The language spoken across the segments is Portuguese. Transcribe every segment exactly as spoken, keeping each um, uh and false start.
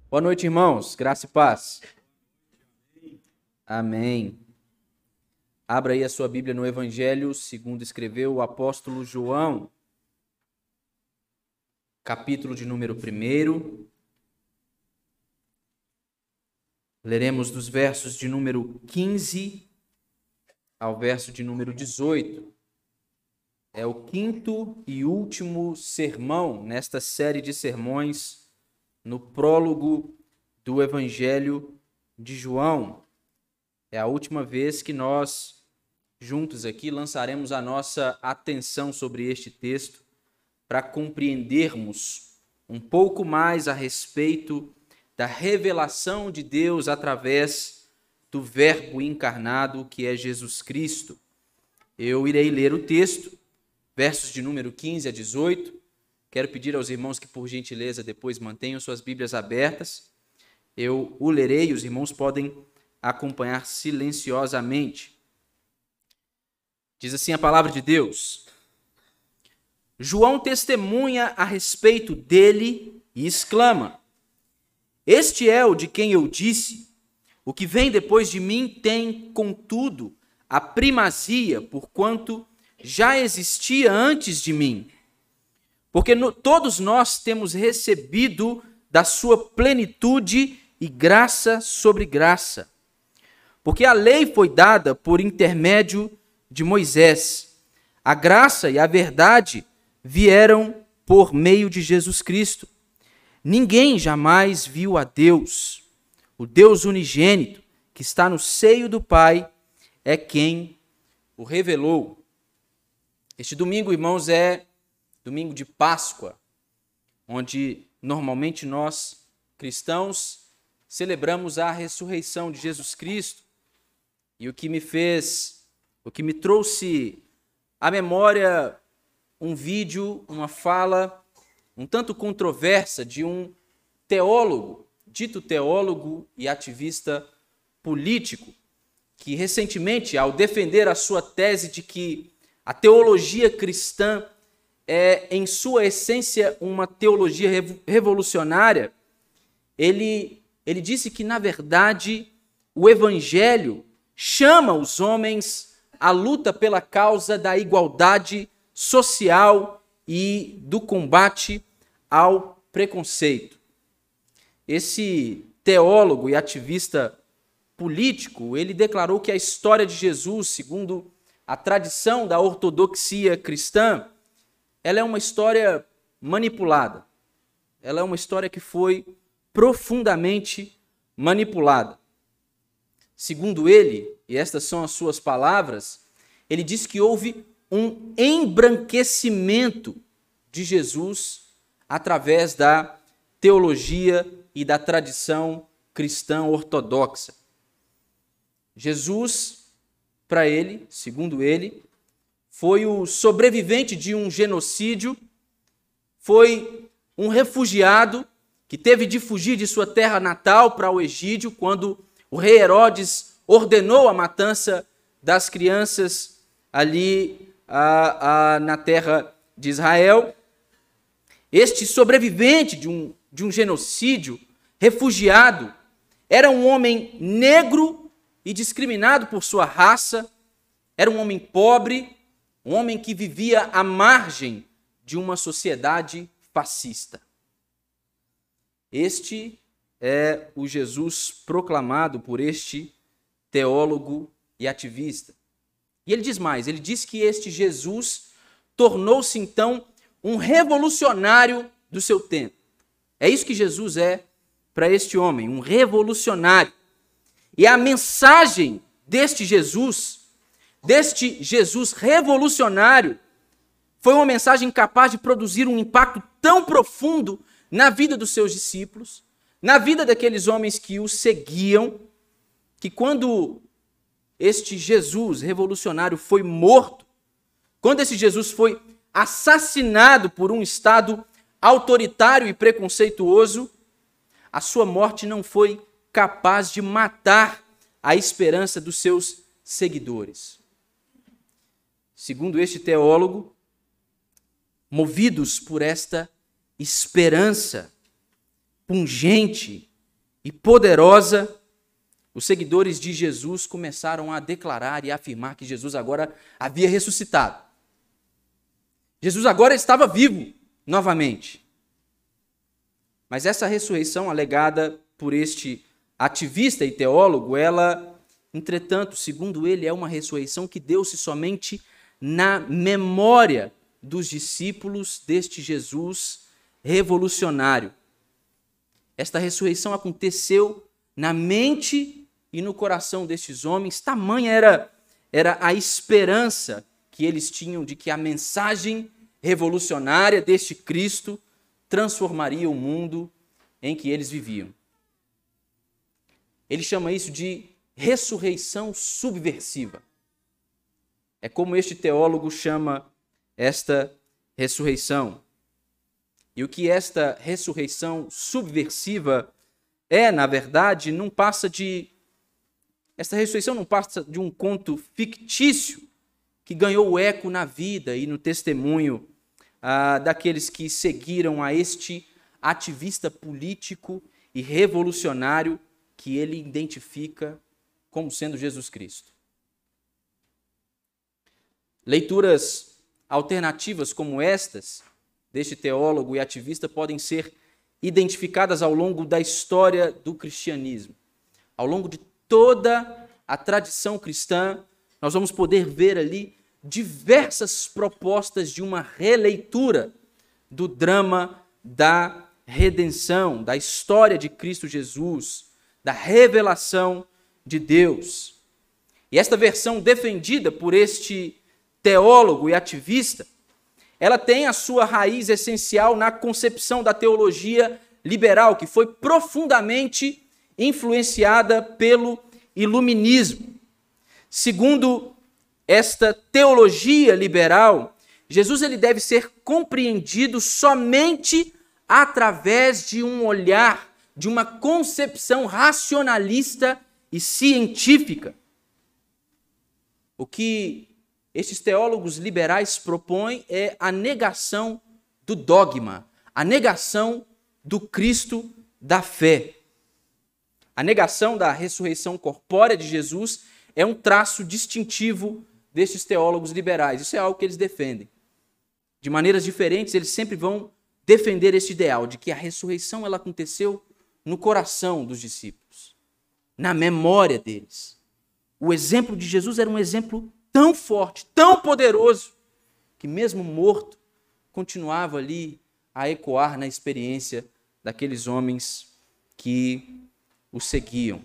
Boa noite, irmãos. Graça e paz. Amém. Abra aí a sua Bíblia no Evangelho segundo escreveu o apóstolo João, capítulo de número um. Leremos dos versos de número quinze ao verso de número dezoito. É o quinto e último sermão nesta série de sermões no prólogo do Evangelho de João. É a última vez que nós, juntos aqui, lançaremos a nossa atenção sobre este texto para compreendermos um pouco mais a respeito da revelação de Deus através do Verbo encarnado, que é Jesus Cristo. Eu irei ler o texto, versos de número quinze a dezoito. Quero pedir aos irmãos que, por gentileza, depois mantenham suas Bíblias abertas. Eu o lerei, os irmãos podem acompanhar silenciosamente. Diz assim a palavra de Deus: João testemunha a respeito dele e exclama: Este é o de quem eu disse, o que vem depois de mim tem, contudo, a primazia, porquanto já existia antes de mim. Porque no, todos nós temos recebido da sua plenitude e graça sobre graça. Porque a lei foi dada por intermédio de Moisés. A graça e a verdade vieram por meio de Jesus Cristo. Ninguém jamais viu a Deus. O Deus unigênito, que está no seio do Pai, é quem o revelou. Este domingo, irmãos, é domingo de Páscoa, onde normalmente nós, cristãos, celebramos a ressurreição de Jesus Cristo. E o que me fez, o que me trouxe à memória um vídeo, uma fala um tanto controversa de um teólogo, dito teólogo e ativista político, que recentemente, ao defender a sua tese de que a teologia cristã é, em sua essência, uma teologia revolucionária, ele, ele disse que, na verdade, o Evangelho chama os homens à luta pela causa da igualdade social e do combate ao preconceito. Esse teólogo e ativista político, ele declarou que a história de Jesus, segundo a tradição da ortodoxia cristã, ela é uma história manipulada. Ela é uma história que foi profundamente manipulada. Segundo ele, e estas são as suas palavras, ele diz que houve um embranquecimento de Jesus através da teologia e da tradição cristã ortodoxa. Jesus, para ele, segundo ele, foi o sobrevivente de um genocídio, foi um refugiado que teve de fugir de sua terra natal para o Egídio, quando o rei Herodes ordenou a matança das crianças ali a, a, na terra de Israel. Este sobrevivente de um, de um genocídio, refugiado, era um homem negro e discriminado por sua raça, era um homem pobre, um homem que vivia à margem de uma sociedade fascista. Este é o Jesus proclamado por este teólogo e ativista. E ele diz mais, ele diz que este Jesus tornou-se então um revolucionário do seu tempo. É isso que Jesus é para este homem, um revolucionário. E a mensagem deste Jesus, deste Jesus revolucionário, foi uma mensagem capaz de produzir um impacto tão profundo na vida dos seus discípulos, na vida daqueles homens que o seguiam, que quando este Jesus revolucionário foi morto, quando esse Jesus foi assassinado por um Estado autoritário e preconceituoso, a sua morte não foi capaz de matar a esperança dos seus seguidores. Segundo este teólogo, movidos por esta esperança pungente e poderosa, os seguidores de Jesus começaram a declarar e a afirmar que Jesus agora havia ressuscitado. Jesus agora estava vivo novamente. Mas essa ressurreição alegada por este ativista e teólogo, ela, entretanto, segundo ele, é uma ressurreição que deu-se somente na memória dos discípulos deste Jesus revolucionário. Esta ressurreição aconteceu na mente e no coração destes homens. Tamanha era, era a esperança que eles tinham de que a mensagem revolucionária deste Cristo transformaria o mundo em que eles viviam. Ele chama isso de ressurreição subversiva. É como este teólogo chama esta ressurreição. E o que esta ressurreição subversiva é, na verdade, não passa de... Esta ressurreição não passa de um conto fictício que ganhou eco na vida e no testemunho ah, daqueles que seguiram a este ativista político e revolucionário que ele identifica como sendo Jesus Cristo. Leituras alternativas como estas, deste teólogo e ativista, podem ser identificadas ao longo da história do cristianismo. Ao longo de toda a tradição cristã, nós vamos poder ver ali diversas propostas de uma releitura do drama da redenção, da história de Cristo Jesus, da revelação de Deus. E esta versão defendida por este teólogo e ativista, ela tem a sua raiz essencial na concepção da teologia liberal, que foi profundamente influenciada pelo iluminismo. Segundo esta teologia liberal, Jesus ele deve ser compreendido somente através de um olhar, de uma concepção racionalista e científica. O que estes teólogos liberais propõem é a negação do dogma, a negação do Cristo da fé. A negação da ressurreição corpórea de Jesus é um traço distintivo destes teólogos liberais. Isso é algo que eles defendem. De maneiras diferentes, eles sempre vão defender este ideal de que a ressurreição ela aconteceu no coração dos discípulos, na memória deles. O exemplo de Jesus era um exemplo tão forte, tão poderoso, que mesmo morto, continuava ali a ecoar na experiência daqueles homens que o seguiam.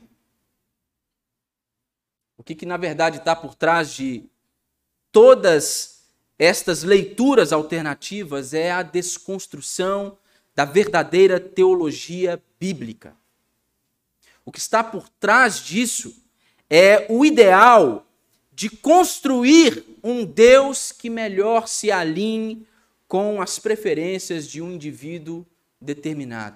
O que, que na verdade está por trás de todas estas leituras alternativas é a desconstrução da verdadeira teologia bíblica. O que está por trás disso é o ideal de construir um Deus que melhor se alinhe com as preferências de um indivíduo determinado.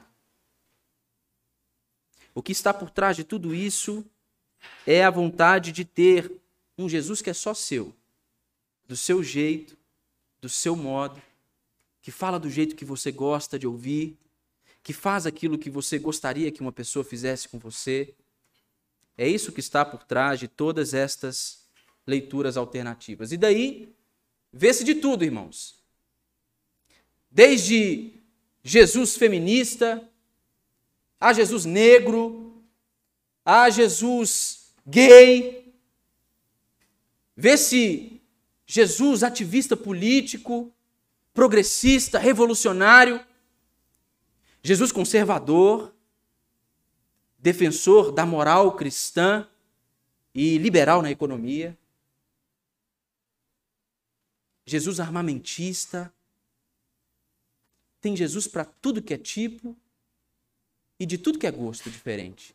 O que está por trás de tudo isso é a vontade de ter um Jesus que é só seu, do seu jeito, do seu modo, que fala do jeito que você gosta de ouvir, que faz aquilo que você gostaria que uma pessoa fizesse com você. É isso que está por trás de todas estas leituras alternativas. E daí, vê-se de tudo, irmãos. Desde Jesus feminista, a Jesus negro, a Jesus gay, vê-se Jesus ativista político, progressista, revolucionário, Jesus conservador, defensor da moral cristã e liberal na economia, Jesus armamentista, tem Jesus para tudo que é tipo e de tudo que é gosto diferente.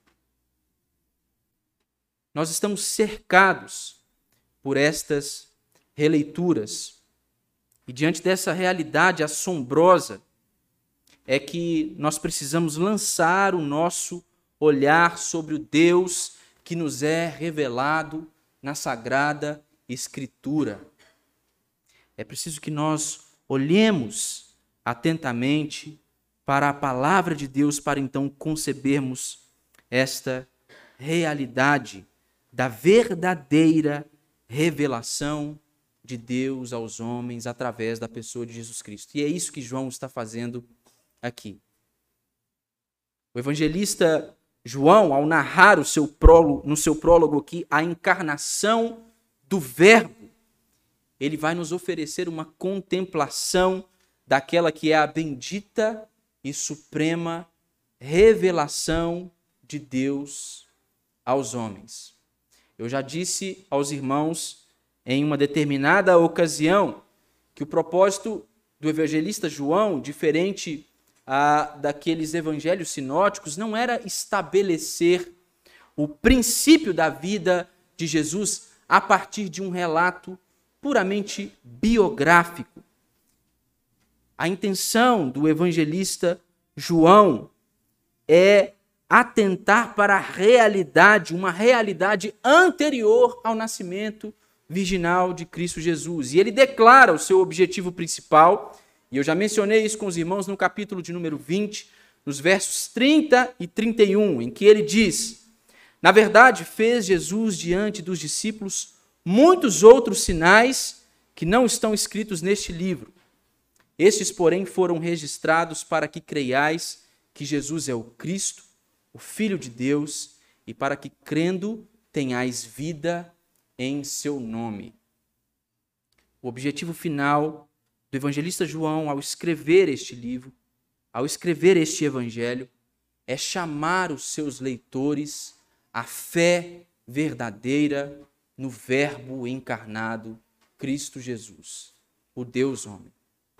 Nós estamos cercados por estas releituras e diante dessa realidade assombrosa é que nós precisamos lançar o nosso olhar sobre o Deus que nos é revelado na Sagrada Escritura. É preciso que nós olhemos atentamente para a palavra de Deus para então concebermos esta realidade da verdadeira revelação de Deus aos homens através da pessoa de Jesus Cristo. E é isso que João está fazendo aqui. O evangelista João, ao narrar o seu prólogo, no seu prólogo aqui, a encarnação do Verbo, ele vai nos oferecer uma contemplação daquela que é a bendita e suprema revelação de Deus aos homens. Eu já disse aos irmãos em uma determinada ocasião que o propósito do evangelista João, diferente ah, daqueles evangelhos sinóticos, não era estabelecer o princípio da vida de Jesus a partir de um relato puramente biográfico. A intenção do evangelista João é atentar para a realidade, uma realidade anterior ao nascimento virginal de Cristo Jesus. E ele declara o seu objetivo principal, e eu já mencionei isso com os irmãos no capítulo de número vinte, nos versos trinta e trinta e um, em que ele diz: na verdade, fez Jesus diante dos discípulos muitos outros sinais que não estão escritos neste livro. Estes, porém, foram registrados para que creiais que Jesus é o Cristo, o Filho de Deus, e para que, crendo, tenhais vida em seu nome. O objetivo final do evangelista João, ao escrever este livro, ao escrever este evangelho, é chamar os seus leitores à fé verdadeira no Verbo encarnado, Cristo Jesus, o Deus homem.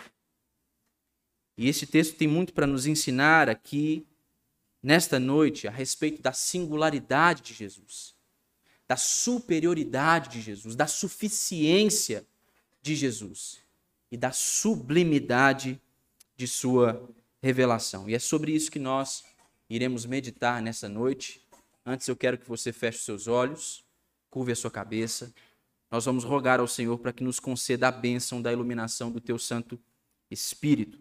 E esse texto tem muito para nos ensinar aqui, nesta noite, a respeito da singularidade de Jesus, da superioridade de Jesus, da suficiência de Jesus e da sublimidade de sua revelação. E é sobre isso que nós iremos meditar nessa noite. Antes eu quero que você feche os seus olhos, curve a sua cabeça. Nós vamos rogar ao Senhor para que nos conceda a bênção da iluminação do teu Santo Espírito.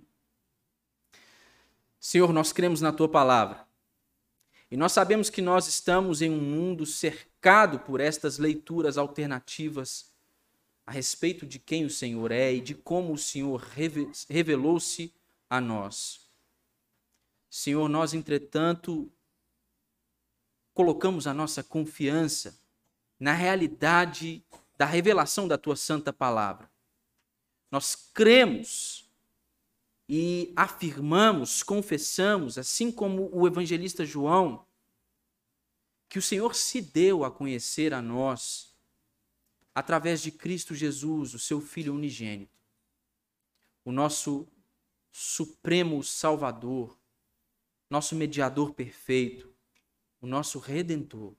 Senhor, nós cremos na tua palavra. E nós sabemos que nós estamos em um mundo cercado por estas leituras alternativas a respeito de quem o Senhor é e de como o Senhor revelou-se a nós. Senhor, nós, entretanto, colocamos a nossa confiança na realidade da revelação da tua santa palavra. Nós cremos e afirmamos, confessamos, assim como o evangelista João, que o Senhor se deu a conhecer a nós através de Cristo Jesus, o seu Filho unigênito, o nosso supremo Salvador, nosso mediador perfeito, o nosso Redentor.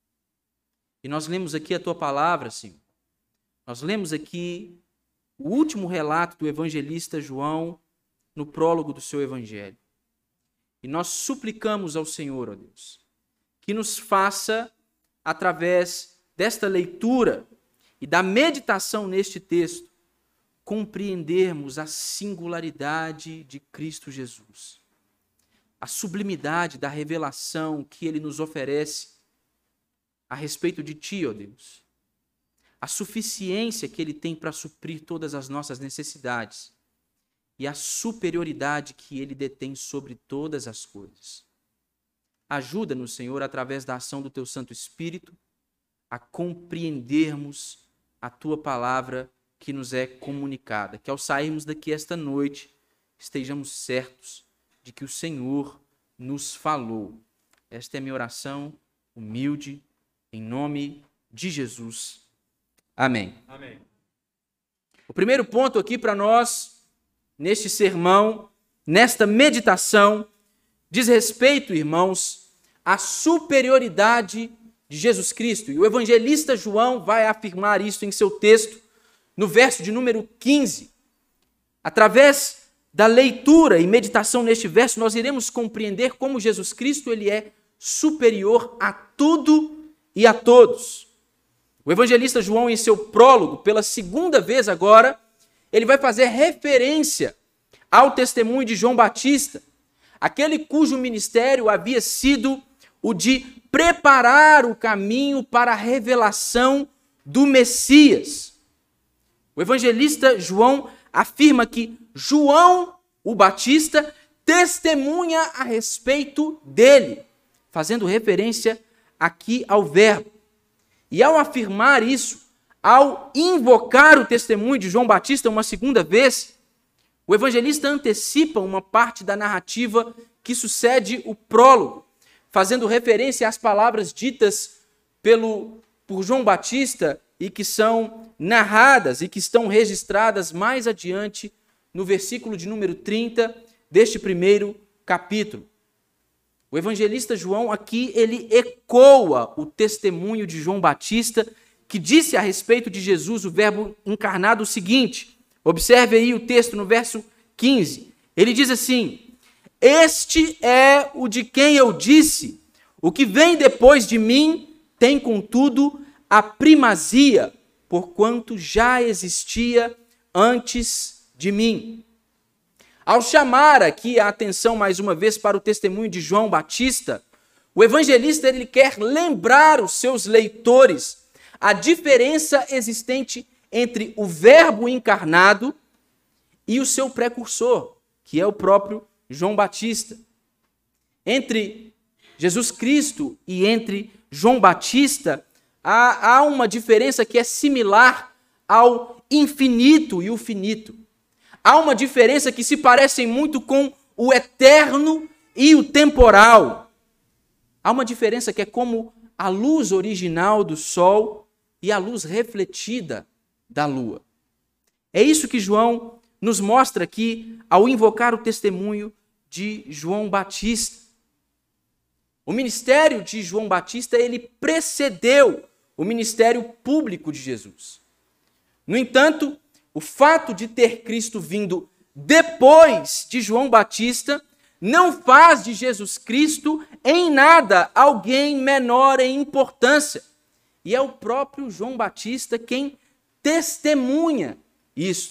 E nós lemos aqui a tua palavra, Senhor. Nós lemos aqui o último relato do evangelista João no prólogo do seu evangelho. E nós suplicamos ao Senhor, ó Deus, que nos faça, através desta leitura e da meditação neste texto, compreendermos a singularidade de Cristo Jesus, a sublimidade da revelação que ele nos oferece a respeito de ti, ó Deus, a suficiência que ele tem para suprir todas as nossas necessidades e a superioridade que ele detém sobre todas as coisas. Ajuda-nos, Senhor, através da ação do teu Santo Espírito, a compreendermos a tua palavra que nos é comunicada. Que ao sairmos daqui esta noite, estejamos certos de que o Senhor nos falou. Esta é a minha oração humilde, em nome de Jesus. Amém. Amém. O primeiro ponto aqui para nós, neste sermão, nesta meditação, diz respeito, irmãos, à superioridade de Jesus Cristo. E o evangelista João vai afirmar isso em seu texto, no verso de número quinze. Através da leitura e meditação neste verso, nós iremos compreender como Jesus Cristo ele é superior a tudo e a todos. O evangelista João, em seu prólogo, pela segunda vez agora, ele vai fazer referência ao testemunho de João Batista, aquele cujo ministério havia sido o de preparar o caminho para a revelação do Messias. O evangelista João afirma que João, o Batista, testemunha a respeito dele, fazendo referência aqui ao Verbo. E ao afirmar isso, ao invocar o testemunho de João Batista uma segunda vez, o evangelista antecipa uma parte da narrativa que sucede o prólogo, fazendo referência às palavras ditas pelo, por João Batista e que são narradas e que estão registradas mais adiante no versículo de número trinta deste primeiro capítulo. O evangelista João aqui, ele ecoa o testemunho de João Batista, que disse a respeito de Jesus, o Verbo encarnado, o seguinte. Observe aí o texto no verso quinze. Ele diz assim: este é o de quem eu disse, o que vem depois de mim tem, contudo, a primazia, porquanto já existia antes de mim. Ao chamar aqui a atenção mais uma vez para o testemunho de João Batista, o evangelista ele quer lembrar os seus leitores a diferença existente entre o Verbo encarnado e o seu precursor, que é o próprio João Batista. Entre Jesus Cristo e entre João Batista, há, há uma diferença que é similar ao infinito e o finito. Há uma diferença que se parecem muito com o eterno e o temporal. Há uma diferença que é como a luz original do sol e a luz refletida da lua. É isso que João nos mostra aqui ao invocar o testemunho de João Batista. O ministério de João Batista, ele precedeu o ministério público de Jesus. No entanto, o fato de ter Cristo vindo depois de João Batista não faz de Jesus Cristo em nada alguém menor em importância. E é o próprio João Batista quem testemunha isso.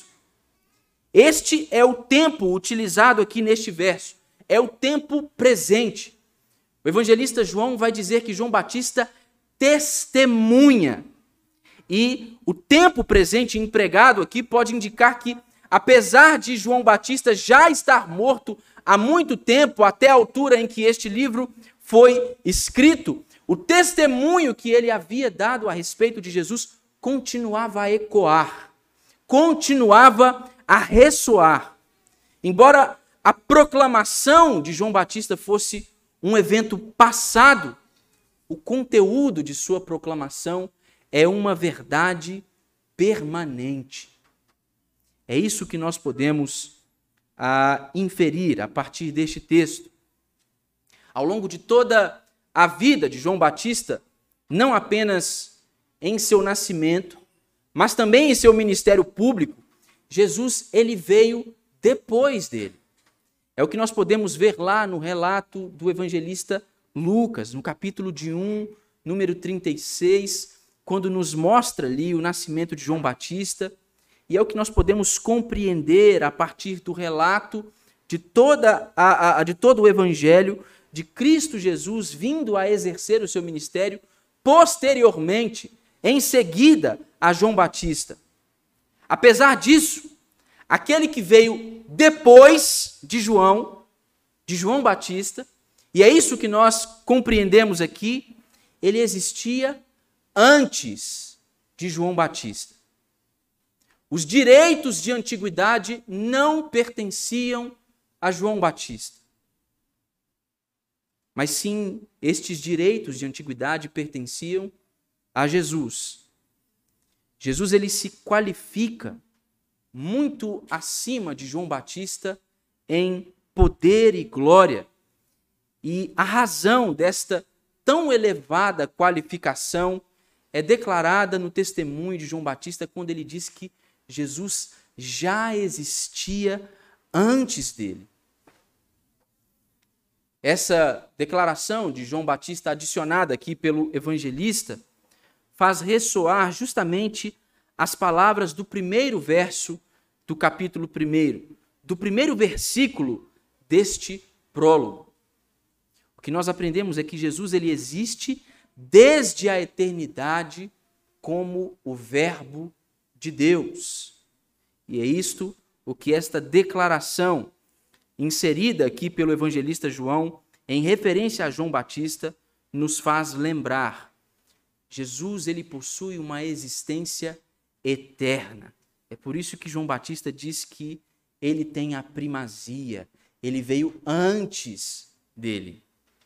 Este é o tempo utilizado aqui neste verso. É o tempo presente. O evangelista João vai dizer que João Batista testemunha. E o tempo presente empregado aqui pode indicar que, apesar de João Batista já estar morto há muito tempo, até a altura em que este livro foi escrito, o testemunho que ele havia dado a respeito de Jesus continuava a ecoar, continuava a ressoar. Embora a proclamação de João Batista fosse um evento passado, o conteúdo de sua proclamação é uma verdade permanente. É isso que nós podemos ah, inferir a partir deste texto. Ao longo de toda a vida de João Batista, não apenas em seu nascimento, mas também em seu ministério público, Jesus ele veio depois dele. É o que nós podemos ver lá no relato do evangelista Lucas, no capítulo de um, número trinta e seis, quando nos mostra ali o nascimento de João Batista, e é o que nós podemos compreender a partir do relato de, toda a, a, de todo o evangelho de Cristo Jesus vindo a exercer o seu ministério posteriormente, em seguida a João Batista. Apesar disso, aquele que veio depois de João, de João Batista, e é isso que nós compreendemos aqui, ele existia antes de João Batista. Os direitos de antiguidade não pertenciam a João Batista. Mas sim, estes direitos de antiguidade pertenciam a Jesus. Jesus ele se qualifica muito acima de João Batista em poder e glória. E a razão desta tão elevada qualificação é declarada no testemunho de João Batista quando ele diz que Jesus já existia antes dele. Essa declaração de João Batista, adicionada aqui pelo evangelista, faz ressoar justamente as palavras do primeiro verso do capítulo primeiro, do primeiro versículo deste prólogo. O que nós aprendemos é que Jesus ele existe desde a eternidade como o Verbo de Deus. E é isto o que esta declaração, inserida aqui pelo evangelista João, em referência a João Batista, nos faz lembrar. Jesus ele possui uma existência eterna. É por isso que João Batista diz que ele tem a primazia, ele veio antes dele.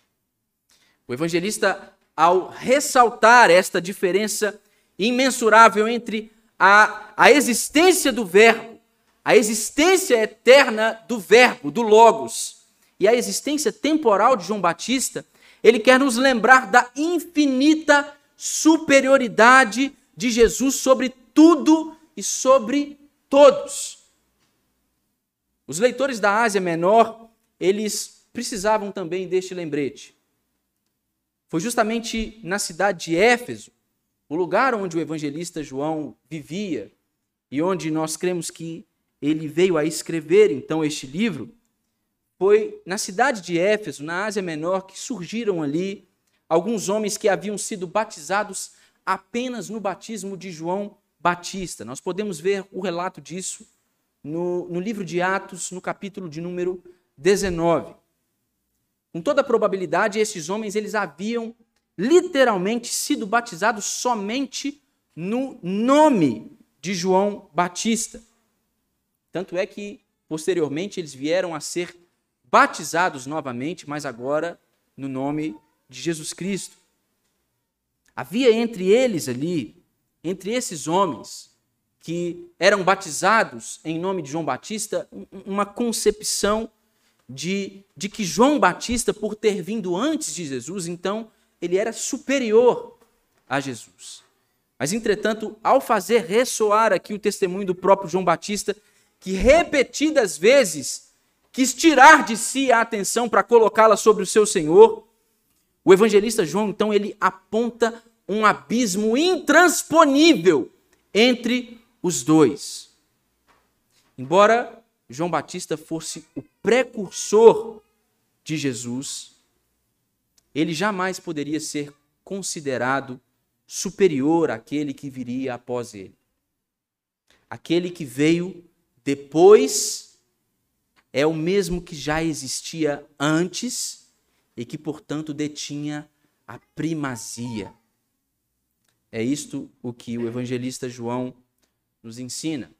O evangelista, ao ressaltar esta diferença imensurável entre a, a existência do Verbo, a existência eterna do Verbo, do Logos, e a existência temporal de João Batista, ele quer nos lembrar da infinita superioridade de Jesus sobre tudo e sobre todos. Os leitores da Ásia Menor, eles precisavam também deste lembrete. Foi justamente na cidade de Éfeso, o lugar onde o evangelista João vivia e onde nós cremos que ele veio a escrever, então, este livro. Foi na cidade de Éfeso, na Ásia Menor, que surgiram ali alguns homens que haviam sido batizados apenas no batismo de João Batista. Nós podemos ver o relato disso no, no livro de Atos, no capítulo de número dezenove. Com toda probabilidade, esses homens eles haviam literalmente sido batizados somente no nome de João Batista. Tanto é que, posteriormente, eles vieram a ser batizados novamente, mas agora no nome de Jesus Cristo. Havia entre eles ali, entre esses homens que eram batizados em nome de João Batista, uma concepção de, de que João Batista, por ter vindo antes de Jesus, então ele era superior a Jesus. Mas, entretanto, ao fazer ressoar aqui o testemunho do próprio João Batista, que repetidas vezes quis tirar de si a atenção para colocá-la sobre o seu Senhor, o evangelista João, então, ele aponta um abismo intransponível entre os dois. Embora João Batista fosse o precursor de Jesus, ele jamais poderia ser considerado superior àquele que viria após ele. Aquele que veio depois é o mesmo que já existia antes e que, portanto, detinha a primazia. É isto o que o evangelista João nos ensina.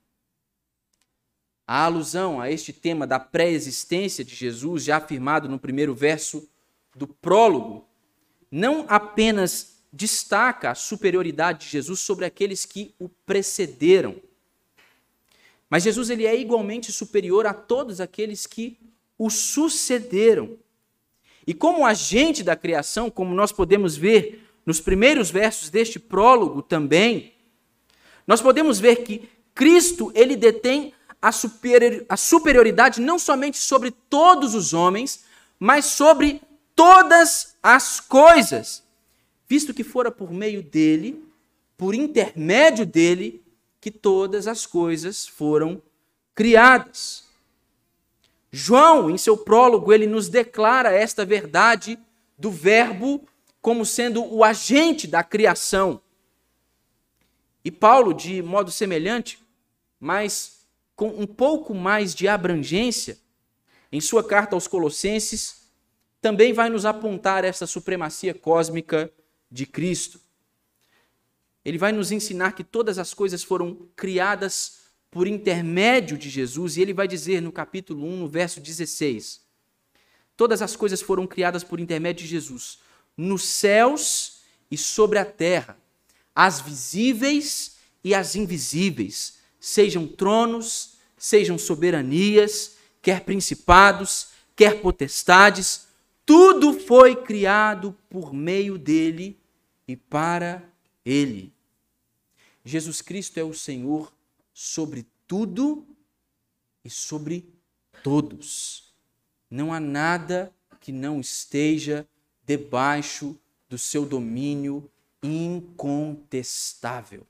A alusão a este tema da pré-existência de Jesus, já afirmado no primeiro verso do prólogo, não apenas destaca a superioridade de Jesus sobre aqueles que o precederam, mas Jesus ele é igualmente superior a todos aqueles que o sucederam. E como agente da criação, como nós podemos ver nos primeiros versos deste prólogo também, nós podemos ver que Cristo ele detém a, superior, a superioridade não somente sobre todos os homens, mas sobre todas as coisas, visto que fora por meio dele, por intermédio dele, que todas as coisas foram criadas. João, em seu prólogo, ele nos declara esta verdade do Verbo como sendo o agente da criação. E Paulo, de modo semelhante, mas com um pouco mais de abrangência, em sua carta aos Colossenses, também vai nos apontar essa supremacia cósmica de Cristo. Ele vai nos ensinar que todas as coisas foram criadas por intermédio de Jesus, e ele vai dizer no capítulo um, no verso dezesseis, todas as coisas foram criadas por intermédio de Jesus, nos céus e sobre a terra, as visíveis e as invisíveis, sejam tronos, sejam soberanias, quer principados, quer potestades, tudo foi criado por meio dele e para ele. Jesus Cristo é o Senhor sobre tudo e sobre todos. Não há nada que não esteja debaixo do seu domínio incontestável.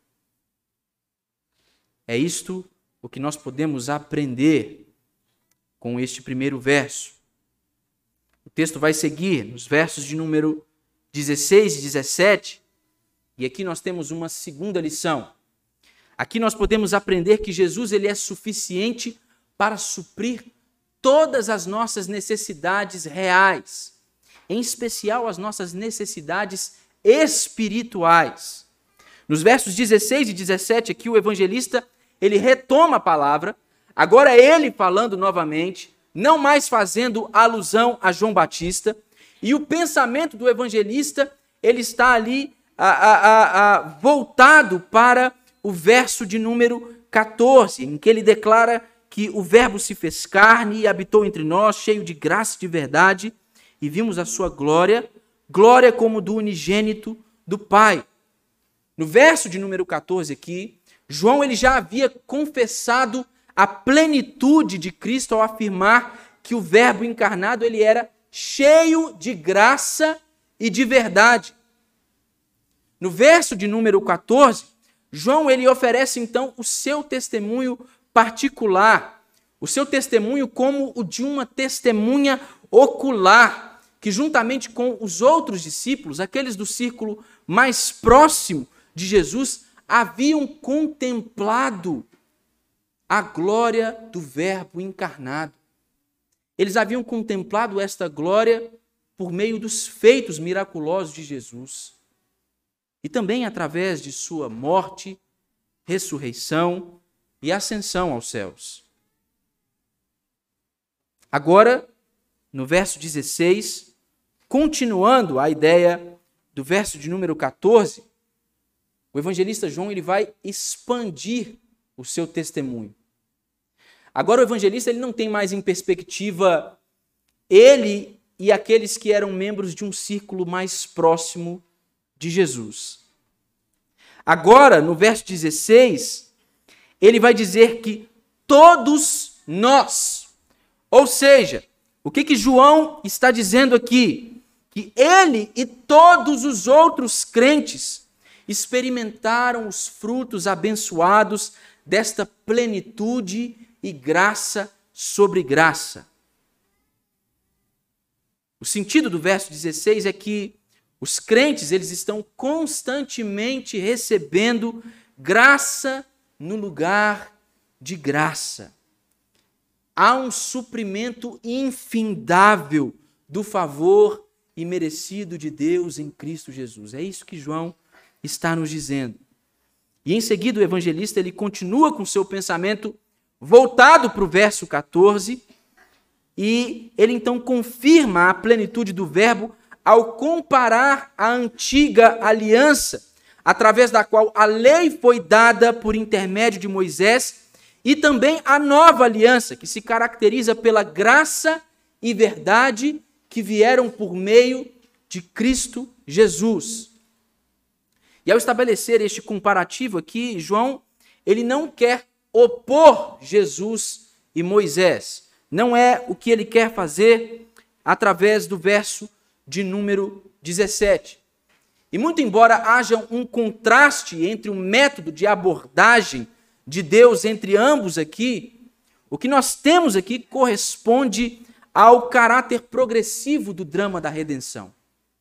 É isto o que nós podemos aprender com este primeiro verso. O texto vai seguir nos versos de número dezesseis e dezessete, e aqui nós temos uma segunda lição. Aqui nós podemos aprender que Jesus ele é suficiente para suprir todas as nossas necessidades reais, em especial as nossas necessidades espirituais. Nos versos dezesseis e dezessete, aqui o evangelista ele retoma a palavra, agora ele falando novamente, não mais fazendo alusão a João Batista, e o pensamento do evangelista ele está ali a, a, a, a, voltado para o verso de número quatorze, em que ele declara que o Verbo se fez carne e habitou entre nós, cheio de graça e de verdade, e vimos a sua glória, glória como do unigênito do Pai. No verso de número quatorze aqui, João ele já havia confessado a plenitude de Cristo ao afirmar que o Verbo encarnado ele era cheio de graça e de verdade. No verso de número quatorze, João ele oferece então o seu testemunho particular, o seu testemunho como o de uma testemunha ocular, que juntamente com os outros discípulos, aqueles do círculo mais próximo de Jesus, haviam contemplado a glória do Verbo encarnado. Eles haviam contemplado esta glória por meio dos feitos miraculosos de Jesus e também através de sua morte, ressurreição e ascensão aos céus. Agora, no verso dezesseis, continuando a ideia do verso de número quatorze, o evangelista João ele vai expandir o seu testemunho. Agora o evangelista ele não tem mais em perspectiva ele e aqueles que eram membros de um círculo mais próximo de Jesus. Agora, no verso dezesseis, ele vai dizer que todos nós, ou seja, o que que João está dizendo aqui? Que ele e todos os outros crentes experimentaram os frutos abençoados desta plenitude e graça sobre graça. O sentido do verso dezesseis é que os crentes eles estão constantemente recebendo graça no lugar de graça. Há um suprimento infindável do favor imerecido de Deus em Cristo Jesus. É isso que João está nos dizendo. E em seguida o evangelista ele continua com seu pensamento voltado para o verso quatorze, e ele então confirma a plenitude do Verbo ao comparar a antiga aliança, através da qual a lei foi dada por intermédio de Moisés, e também a nova aliança, que se caracteriza pela graça e verdade que vieram por meio de Cristo Jesus. E ao estabelecer este comparativo aqui, João, ele não quer opor Jesus e Moisés. Não é o que ele quer fazer através do verso de número dezessete. E muito embora haja um contraste entre o método de abordagem de Deus entre ambos aqui, o que nós temos aqui corresponde ao caráter progressivo do drama da redenção.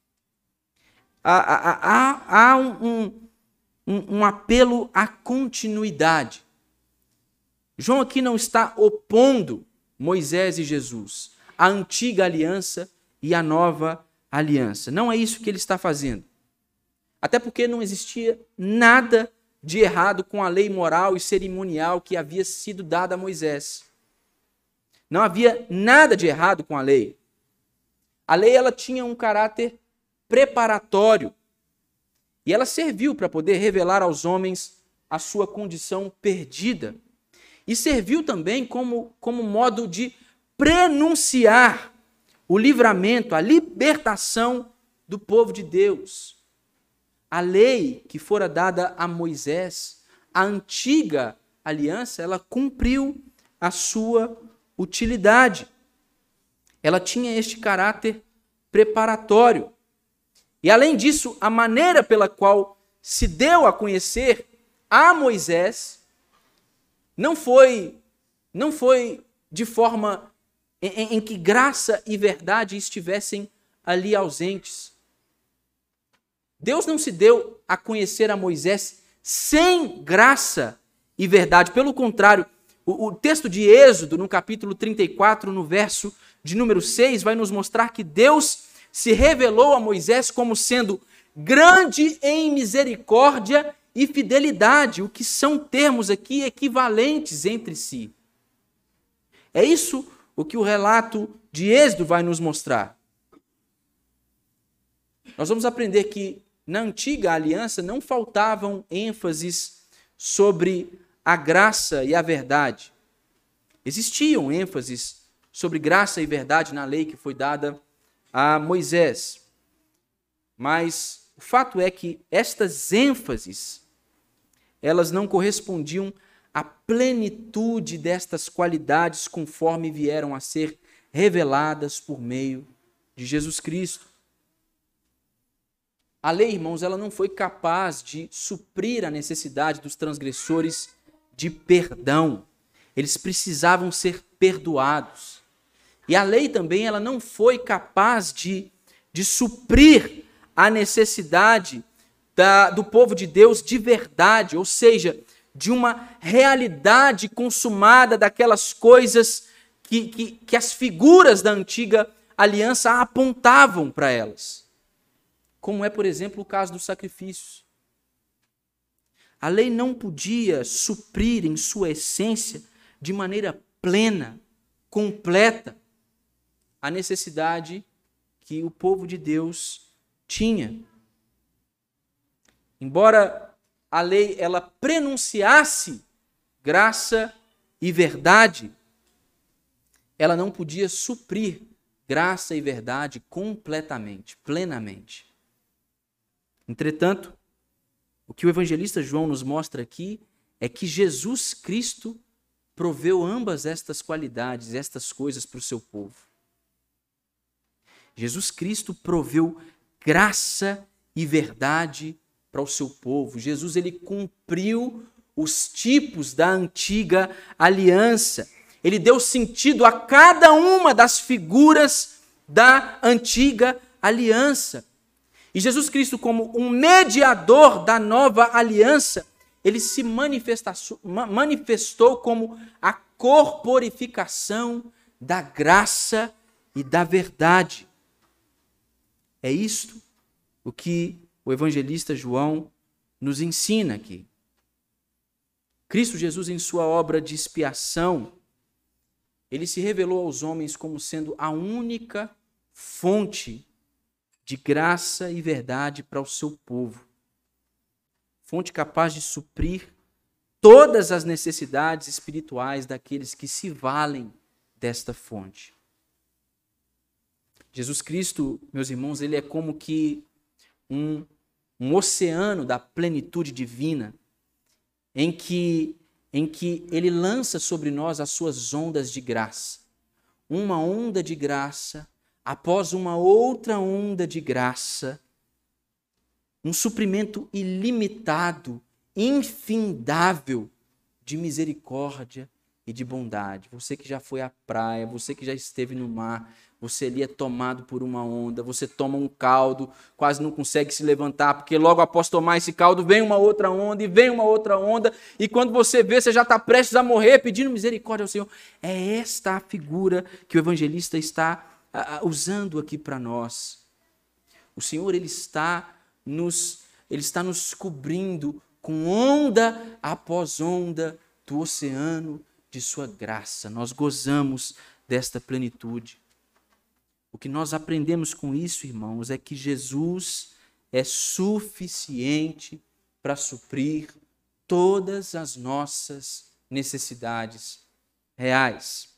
Há, há, há, há um, um, um apelo à continuidade. João aqui não está opondo Moisés e Jesus, a antiga aliança e a nova aliança. Não é isso que ele está fazendo. Até porque não existia nada de errado com a lei moral e cerimonial que havia sido dada a Moisés. Não havia nada de errado com a lei. A lei ela tinha um caráter preparatório e ela serviu para poder revelar aos homens a sua condição perdida. E serviu também como, como modo de prenunciar o livramento, a libertação do povo de Deus. A lei que fora dada a Moisés, a antiga aliança, ela cumpriu a sua utilidade. Ela tinha este caráter preparatório. E além disso, a maneira pela qual se deu a conhecer a Moisés não foi, não foi de forma em, em que graça e verdade estivessem ali ausentes. Deus não se deu a conhecer a Moisés sem graça e verdade. Pelo contrário, o, o texto de Êxodo, no capítulo trinta e quatro, no verso de número seis, vai nos mostrar que Deus se revelou a Moisés como sendo grande em misericórdia e fidelidade, o que são termos aqui equivalentes entre si. É isso o que o relato de Êxodo vai nos mostrar. Nós vamos aprender que na antiga aliança não faltavam ênfases sobre a graça e a verdade. Existiam ênfases sobre graça e verdade na lei que foi dada a Moisés. Mas o fato é que estas ênfases, elas não correspondiam à plenitude destas qualidades conforme vieram a ser reveladas por meio de Jesus Cristo. A lei, irmãos, ela não foi capaz de suprir a necessidade dos transgressores de perdão. Eles precisavam ser perdoados. E a lei também ela não foi capaz de, de suprir a necessidade da, do povo de Deus de verdade, ou seja, de uma realidade consumada daquelas coisas que, que, que as figuras da antiga aliança apontavam para elas. Como é, por exemplo, o caso dos sacrifícios. A lei não podia suprir em sua essência, de maneira plena, completa, a necessidade que o povo de Deus tinha. Embora a lei ela prenunciasse graça e verdade, ela não podia suprir graça e verdade completamente, plenamente. Entretanto, o que o evangelista João nos mostra aqui é que Jesus Cristo proveu ambas estas qualidades, estas coisas para o seu povo. Jesus Cristo proveu graça e verdade para o seu povo. Jesus ele cumpriu os tipos da antiga aliança. Ele deu sentido a cada uma das figuras da antiga aliança. E Jesus Cristo, como um mediador da nova aliança, ele se manifestou como a corporificação da graça e da verdade. É isto o que o evangelista João nos ensina aqui. Cristo Jesus, em sua obra de expiação, ele se revelou aos homens como sendo a única fonte de graça e verdade para o seu povo. Fonte capaz de suprir todas as necessidades espirituais daqueles que se valem desta fonte. Jesus Cristo, meus irmãos, ele é como que um, um oceano da plenitude divina, em que, em que ele lança sobre nós as suas ondas de graça. Uma onda de graça após uma outra onda de graça, um suprimento ilimitado, infindável de misericórdia e de bondade. Você que já foi à praia, você que já esteve no mar, você ali é tomado por uma onda, você toma um caldo, quase não consegue se levantar, porque logo após tomar esse caldo vem uma outra onda e vem uma outra onda, e quando você vê, você já está prestes a morrer pedindo misericórdia ao Senhor. É esta a figura que o evangelista está usando aqui para nós. O Senhor ele está nos, ele está nos cobrindo com onda após onda do oceano de sua graça. Nós gozamos desta plenitude. O que nós aprendemos com isso, irmãos, é que Jesus é suficiente para suprir todas as nossas necessidades reais.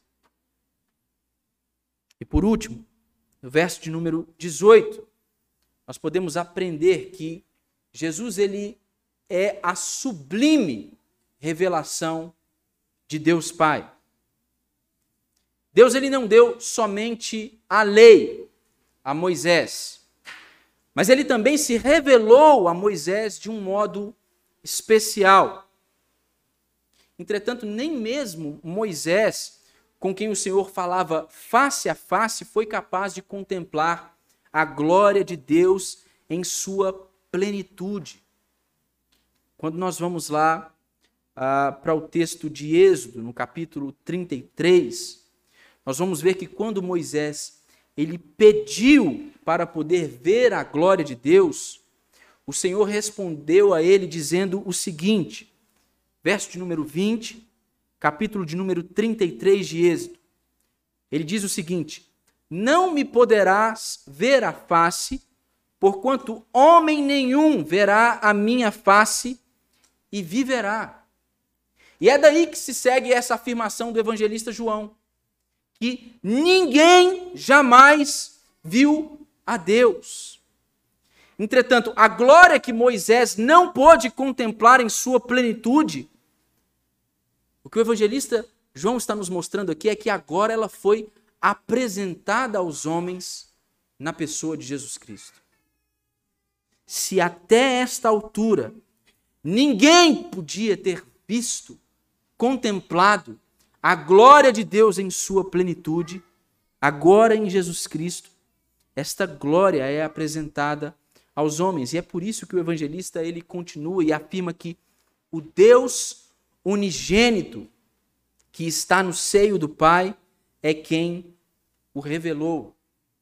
E por último, no verso de número dezoito, nós podemos aprender que Jesus ele é a sublime revelação de Deus Pai. Deus ele não deu somente a lei a Moisés, mas ele também se revelou a Moisés de um modo especial. Entretanto, nem mesmo Moisés com quem o Senhor falava face a face foi capaz de contemplar a glória de Deus em sua plenitude. Quando nós vamos lá ah, para o texto de Êxodo, no capítulo trinta e três, nós vamos ver que quando Moisés ele pediu para poder ver a glória de Deus, o Senhor respondeu a ele dizendo o seguinte, verso de número vinte, capítulo de número trinta e três de Êxodo. Ele diz o seguinte: não me poderás ver a face, porquanto homem nenhum verá a minha face e viverá. E é daí que se segue essa afirmação do evangelista João, que ninguém jamais viu a Deus. Entretanto, a glória que Moisés não pôde contemplar em sua plenitude, o que o evangelista João está nos mostrando aqui é que agora ela foi apresentada aos homens na pessoa de Jesus Cristo. Se até esta altura ninguém podia ter visto, contemplado a glória de Deus em sua plenitude, agora em Jesus Cristo, esta glória é apresentada aos homens. E é por isso que o evangelista ele continua e afirma que o Deus unigênito que está no seio do Pai é quem o revelou.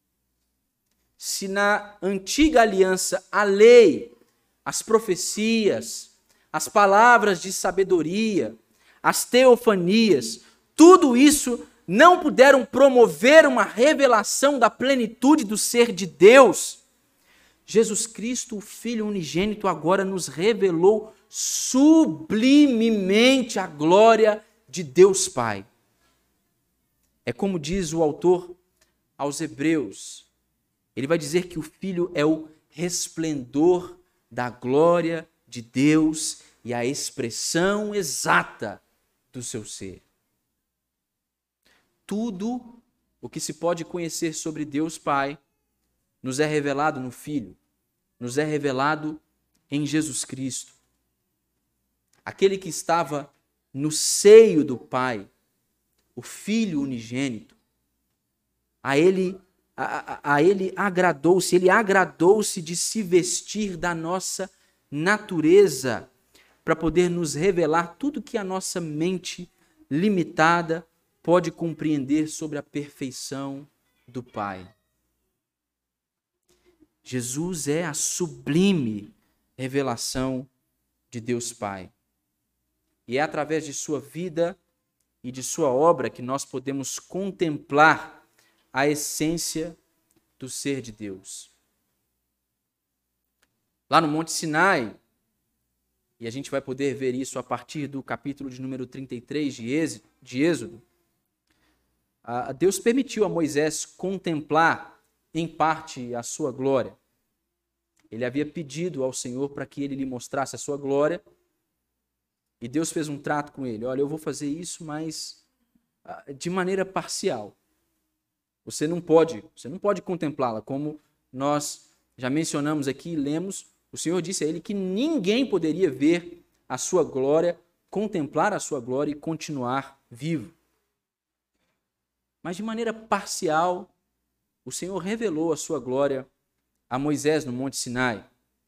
Se na antiga aliança a lei, as profecias, as palavras de sabedoria, as teofanias, tudo isso não puderam promover uma revelação da plenitude do ser de Deus, Jesus Cristo, o Filho unigênito, agora nos revelou sublimemente a glória de Deus Pai. É como diz o autor aos Hebreus, ele vai dizer que o Filho é o resplendor da glória de Deus e a expressão exata do seu ser. Tudo o que se pode conhecer sobre Deus Pai nos é revelado no Filho, nos é revelado em Jesus Cristo. Aquele que estava no seio do Pai, o Filho unigênito, a ele, a, a, a ele agradou-se, ele agradou-se de se vestir da nossa natureza para poder nos revelar tudo que a nossa mente limitada pode compreender sobre a perfeição do Pai. Jesus é a sublime revelação de Deus Pai. E é através de sua vida e de sua obra que nós podemos contemplar a essência do ser de Deus. Lá no Monte Sinai, e a gente vai poder ver isso a partir do capítulo de número trinta e três de Êxodo, Deus permitiu a Moisés contemplar em parte a sua glória. Ele havia pedido ao Senhor para que ele lhe mostrasse a sua glória, e Deus fez um trato com ele. Olha, eu vou fazer isso, mas de maneira parcial. Você não pode, você não pode contemplá-la, como nós já mencionamos aqui e lemos. O Senhor disse a ele que ninguém poderia ver a sua glória, contemplar a sua glória e continuar vivo. Mas de maneira parcial, o Senhor revelou a sua glória a Moisés no Monte Sinai.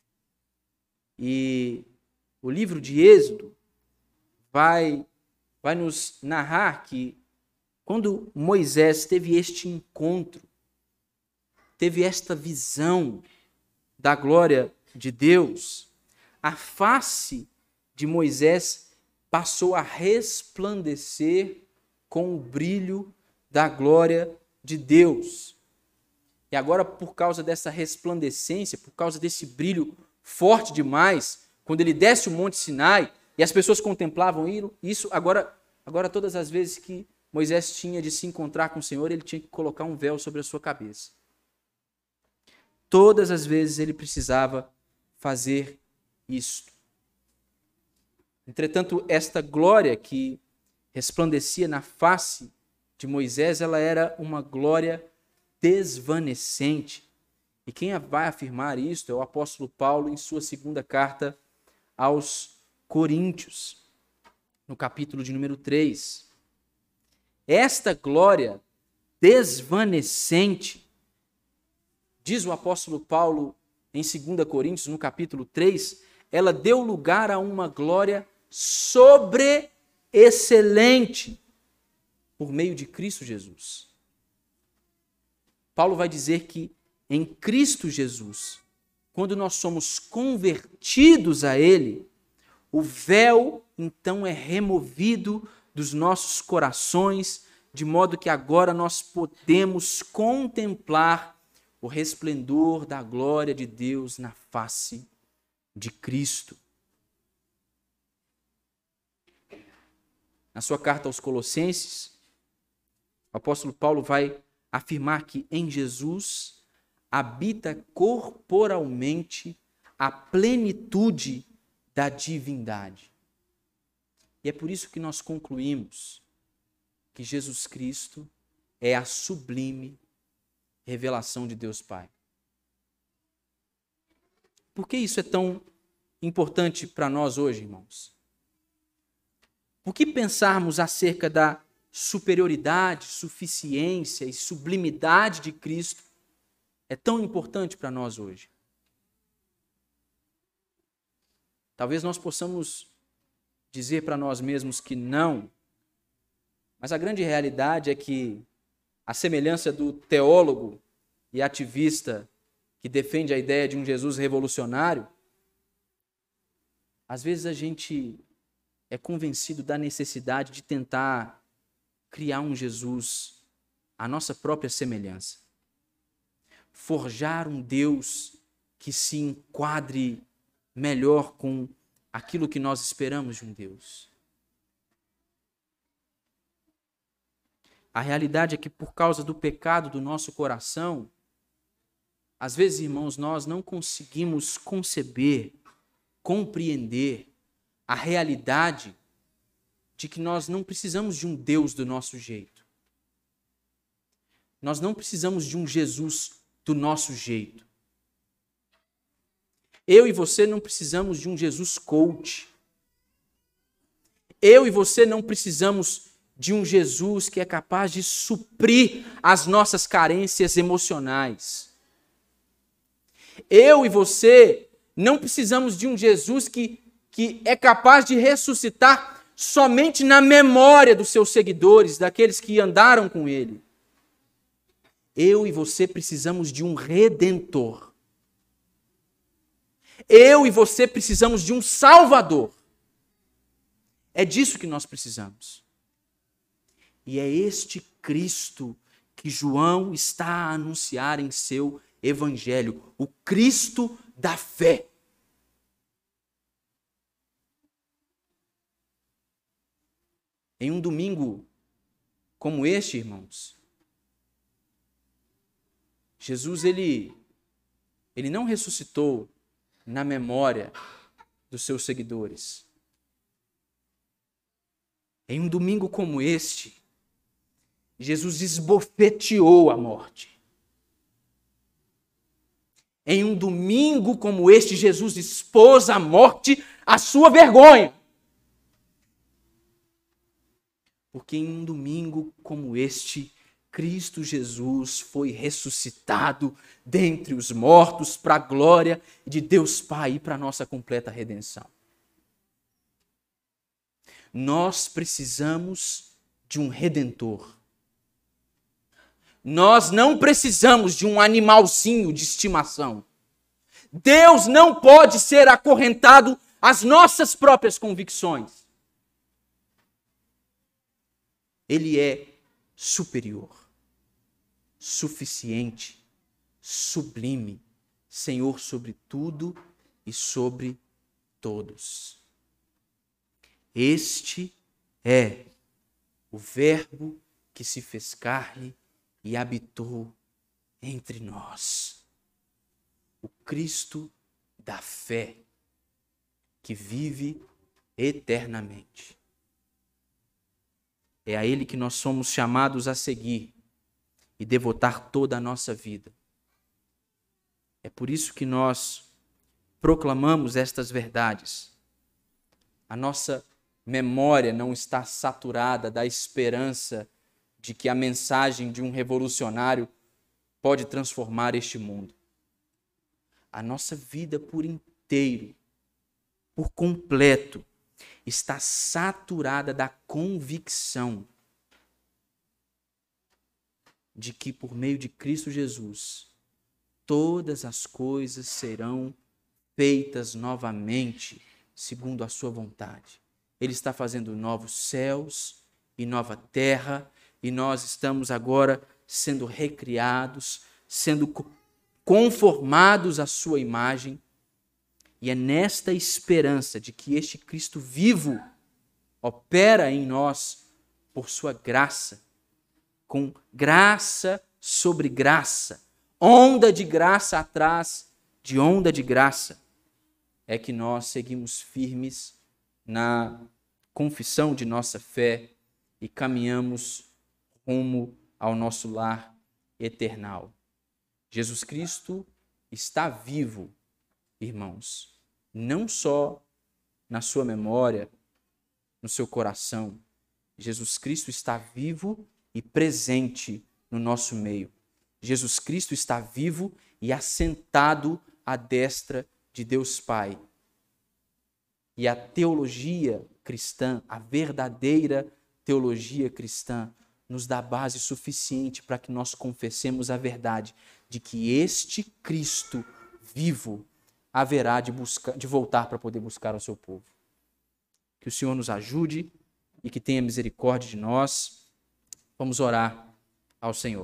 E o livro de Êxodo vai, vai nos narrar que quando Moisés teve este encontro, teve esta visão da glória de Deus, a face de Moisés passou a resplandecer com o brilho da glória de Deus. E agora, por causa dessa resplandecência, por causa desse brilho forte demais, quando ele desce o Monte Sinai e as pessoas contemplavam isso, agora, agora todas as vezes que Moisés tinha de se encontrar com o Senhor, ele tinha que colocar um véu sobre a sua cabeça. Todas as vezes ele precisava fazer isto. Entretanto, esta glória que resplandecia na face de Moisés, ela era uma glória desvanecente. E quem vai afirmar isto é o apóstolo Paulo em sua segunda carta aos Coríntios, no capítulo de número três. esta glória desvanecente, diz o apóstolo Paulo em dois Coríntios, no capítulo três, ela deu lugar a uma glória sobreexcelente por meio de Cristo Jesus. Paulo vai dizer que em Cristo Jesus, quando nós somos convertidos a Ele, o véu então é removido dos nossos corações, de modo que agora nós podemos contemplar o resplendor da glória de Deus na face de Cristo. Na sua carta aos Colossenses, o apóstolo Paulo vai afirmar que em Jesus habita corporalmente a plenitude da divindade. E é por isso que nós concluímos que Jesus Cristo é a sublime revelação de Deus Pai. Por que isso é tão importante para nós hoje, irmãos? Por que pensarmos acerca da superioridade, suficiência e sublimidade de Cristo é tão importante para nós hoje? Talvez nós possamos dizer para nós mesmos que não, mas a grande realidade é que, à semelhança do teólogo e ativista que defende a ideia de um Jesus revolucionário, às vezes a gente é convencido da necessidade de tentar criar um Jesus à nossa própria semelhança. Forjar um Deus que se enquadre melhor com aquilo que nós esperamos de um Deus. A realidade é que, por causa do pecado do nosso coração, às vezes, irmãos, nós não conseguimos conceber, compreender a realidade de que nós não precisamos de um Deus do nosso jeito. Nós não precisamos de um Jesus do nosso jeito. Eu e você não precisamos de um Jesus coach. Eu e você não precisamos de um Jesus que é capaz de suprir as nossas carências emocionais. Eu e você não precisamos de um Jesus que, que é capaz de ressuscitar somente na memória dos seus seguidores, daqueles que andaram com ele. Eu e você precisamos de um redentor. Eu e você precisamos de um salvador. É disso que nós precisamos. E é este Cristo que João está a anunciar em seu evangelho, o Cristo da fé. Em um domingo como este, irmãos, Jesus ele, ele não ressuscitou na memória dos seus seguidores. Em um domingo como este, Jesus esbofeteou a morte. Em um domingo como este, Jesus expôs à morte a sua vergonha. Porque em um domingo como este, Cristo Jesus foi ressuscitado dentre os mortos para a glória de Deus Pai e para a nossa completa redenção. Nós precisamos de um redentor. Nós não precisamos de um animalzinho de estimação. Deus não pode ser acorrentado às nossas próprias convicções. Ele é superior, suficiente, sublime, Senhor sobre tudo e sobre todos. Este é o Verbo que se fez carne e habitou entre nós. O Cristo da fé, que vive eternamente. É a Ele que nós somos chamados a seguir e devotar toda a nossa vida. É por isso que nós proclamamos estas verdades. A nossa memória não está saturada da esperança de que a mensagem de um revolucionário pode transformar este mundo. A nossa vida por inteiro, por completo, está saturada da convicção de que por meio de Cristo Jesus, todas as coisas serão feitas novamente, segundo a sua vontade. Ele está fazendo novos céus e nova terra, e nós estamos agora sendo recriados, sendo conformados à sua imagem. E é nesta esperança de que este Cristo vivo opera em nós por sua graça, com graça sobre graça, onda de graça atrás de onda de graça, é que nós seguimos firmes na confissão de nossa fé e caminhamos rumo ao nosso lar eternal. Jesus Cristo está vivo, irmãos, não só na sua memória, no seu coração. Jesus Cristo está vivo e presente no nosso meio. Jesus Cristo está vivo e assentado à destra de Deus Pai. E a teologia cristã, a verdadeira teologia cristã, nos dá base suficiente para que nós confessemos a verdade de que este Cristo vivo haverá de, buscar, de voltar para poder buscar o seu povo. Que o Senhor nos ajude e que tenha misericórdia de nós. Vamos orar ao Senhor.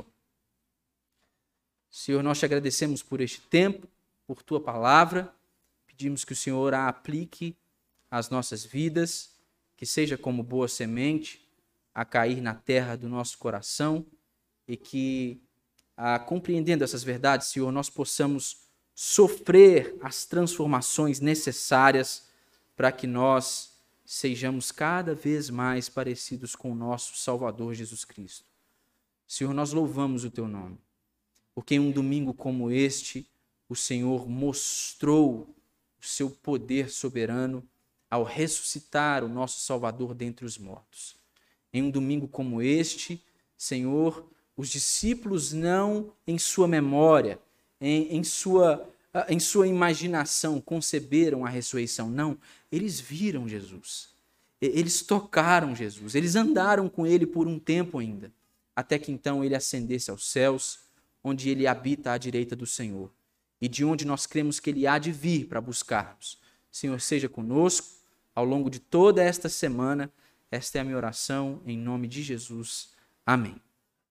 Senhor, nós te agradecemos por este tempo, por tua palavra. Pedimos que o Senhor a aplique às nossas vidas, que seja como boa semente a cair na terra do nosso coração e que, a, compreendendo essas verdades, Senhor, nós possamos sofrer as transformações necessárias para que nós sejamos cada vez mais parecidos com o nosso Salvador Jesus Cristo. Senhor, nós louvamos o teu nome, porque em um domingo como este, o Senhor mostrou o seu poder soberano ao ressuscitar o nosso Salvador dentre os mortos. Em um domingo como este, Senhor, os discípulos não em sua memória, em, em, sua, em sua imaginação conceberam a ressurreição. Não, eles viram Jesus. Eles tocaram Jesus. Eles andaram com ele por um tempo ainda, até que então ele ascendesse aos céus, onde ele habita à direita do Senhor, e de onde nós cremos que ele há de vir para buscar-nos. Senhor, seja conosco ao longo de toda esta semana. Esta é a minha oração, em nome de Jesus. Amém.